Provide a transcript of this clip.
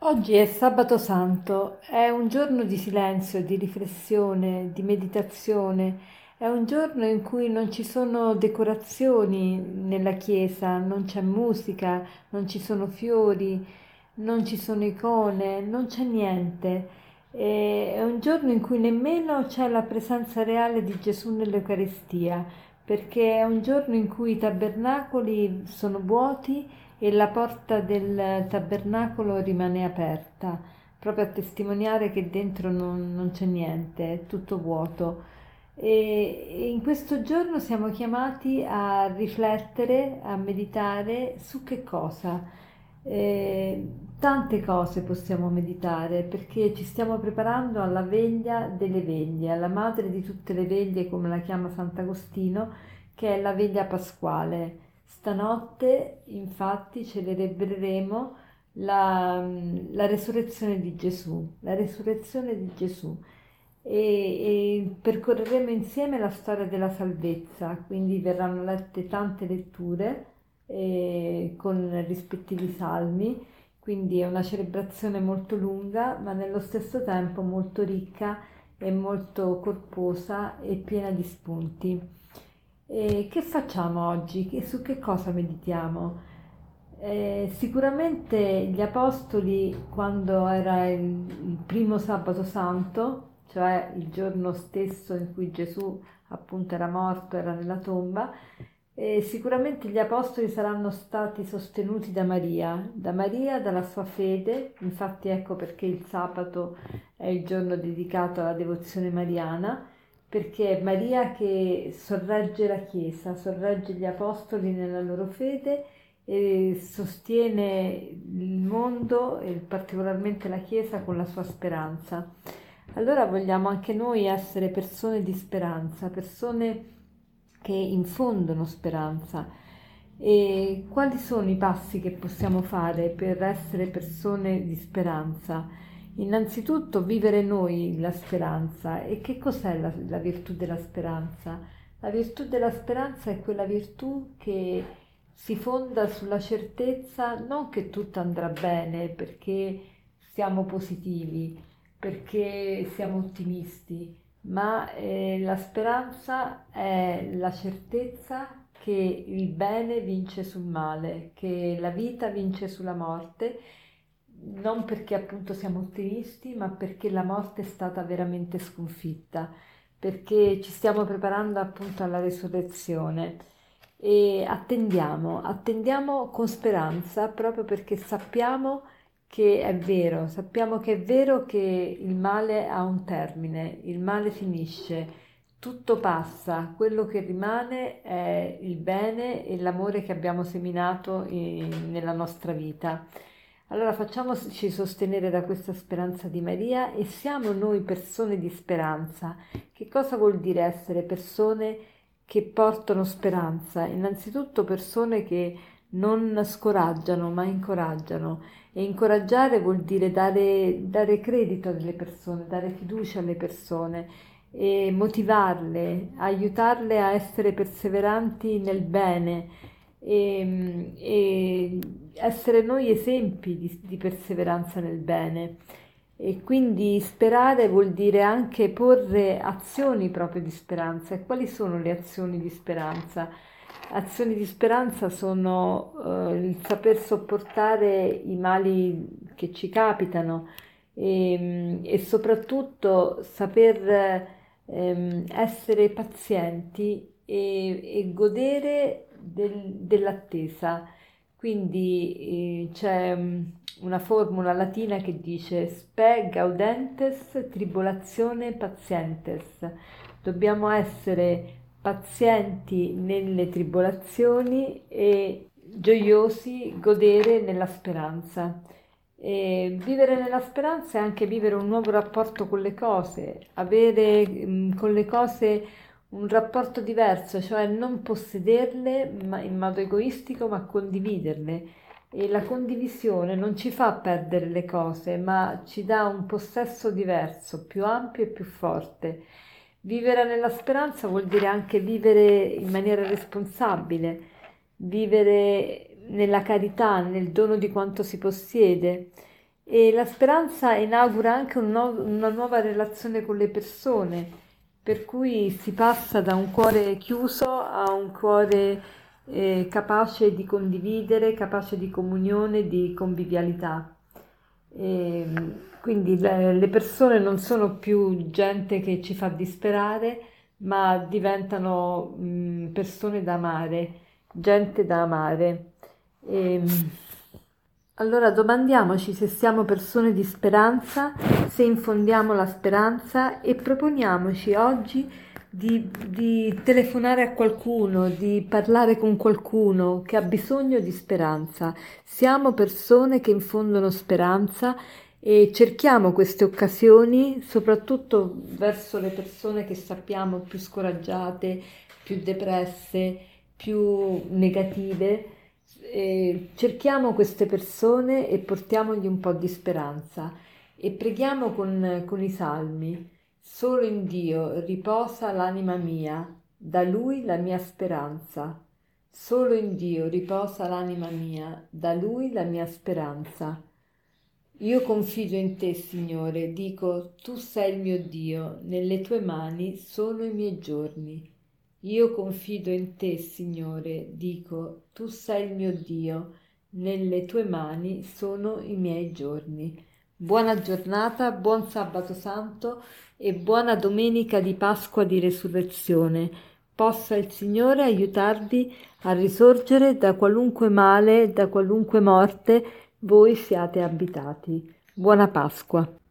Oggi è sabato santo, è un giorno di silenzio, di riflessione, di meditazione, è un giorno in cui non ci sono decorazioni nella chiesa, non c'è musica, non ci sono fiori, non ci sono icone, non c'è niente. È un giorno in cui nemmeno c'è la presenza reale di Gesù nell'Eucaristia, perché è un giorno in cui i tabernacoli sono vuoti e la porta del tabernacolo rimane aperta, proprio a testimoniare che dentro non c'è niente, è tutto vuoto. E in questo giorno siamo chiamati a riflettere, a meditare su che cosa? Tante cose possiamo meditare perché ci stiamo preparando alla veglia delle veglie, alla madre di tutte le veglie, come la chiama Sant'Agostino, che è la veglia pasquale. Stanotte, infatti, celebreremo la resurrezione di Gesù, la resurrezione di Gesù e percorreremo insieme la storia della salvezza, quindi verranno lette tante letture con rispettivi salmi, quindi è una celebrazione molto lunga, ma nello stesso tempo molto ricca e molto corposa e piena di spunti. E che facciamo oggi? Su che cosa meditiamo? Sicuramente gli apostoli, quando era il primo sabato santo, cioè il giorno stesso in cui Gesù appunto era morto, era nella tomba, sicuramente gli apostoli saranno stati sostenuti da Maria, dalla sua fede, infatti ecco perché il sabato è il giorno dedicato alla devozione mariana, perché è Maria che sorregge la Chiesa, sorregge gli apostoli nella loro fede e sostiene il mondo e particolarmente la Chiesa con la sua speranza. Allora vogliamo anche noi essere persone di speranza, persone che infondono speranza. E quali sono i passi che possiamo fare per essere persone di speranza? Innanzitutto vivere noi la speranza. E che cos'è la virtù della speranza? La virtù della speranza è quella virtù che si fonda sulla certezza non che tutto andrà bene perché siamo positivi, perché siamo ottimisti, ma la speranza è la certezza che il bene vince sul male, che la vita vince sulla morte, non perché appunto siamo ottimisti, ma perché la morte è stata veramente sconfitta, perché ci stiamo preparando appunto alla risurrezione e attendiamo con speranza proprio perché sappiamo che è vero che il male ha un termine, il male finisce, tutto passa, quello che rimane è il bene e l'amore che abbiamo seminato nella nostra vita. Allora facciamoci sostenere da questa speranza di Maria e siamo noi persone di speranza. Che cosa vuol dire essere persone che portano speranza? Innanzitutto persone che non scoraggiano ma incoraggiano e incoraggiare vuol dire dare credito alle persone, dare fiducia alle persone e motivarle, aiutarle a essere perseveranti nel bene e essere noi esempi di perseveranza nel bene. E quindi sperare vuol dire anche porre azioni proprio di speranza. E quali sono le azioni di speranza? Azioni di speranza sono il saper sopportare i mali che ci capitano e soprattutto saper essere pazienti e godere dell'attesa. Quindi c'è una formula latina che dice spe gaudentes tribulatione patientes. Dobbiamo essere pazienti nelle tribolazioni e gioiosi, godere nella speranza. E vivere nella speranza è anche vivere un nuovo rapporto con le cose, avere con le cose un rapporto diverso, cioè non possederle in modo egoistico, ma condividerle. E la condivisione non ci fa perdere le cose, ma ci dà un possesso diverso, più ampio e più forte. Vivere nella speranza vuol dire anche vivere in maniera responsabile, vivere nella carità, nel dono di quanto si possiede E la speranza inaugura anche una nuova relazione con le persone, per cui si passa da un cuore chiuso a un cuore capace di condividere, capace di comunione, di convivialità. Quindi le persone non sono più gente che ci fa disperare, ma diventano persone da amare, gente da amare. E, allora domandiamoci se siamo persone di speranza, se infondiamo la speranza e proponiamoci oggi di telefonare a qualcuno, di parlare con qualcuno che ha bisogno di speranza. Siamo persone che infondono speranza e cerchiamo queste occasioni soprattutto verso le persone che sappiamo più scoraggiate, più depresse, più negative. Cerchiamo queste persone e portiamogli un po' di speranza e preghiamo con i salmi. Solo in Dio riposa l'anima mia, da Lui la mia speranza. Solo in Dio riposa l'anima mia, da Lui la mia speranza. Io confido in te, Signore, dico, tu sei il mio Dio, nelle tue mani sono i miei giorni. Io confido in te, Signore, dico, tu sei il mio Dio, nelle tue mani sono i miei giorni. Buona giornata, buon sabato santo e buona domenica di Pasqua di Resurrezione. Possa il Signore aiutarvi a risorgere da qualunque male, da qualunque morte voi siate abitati. Buona Pasqua.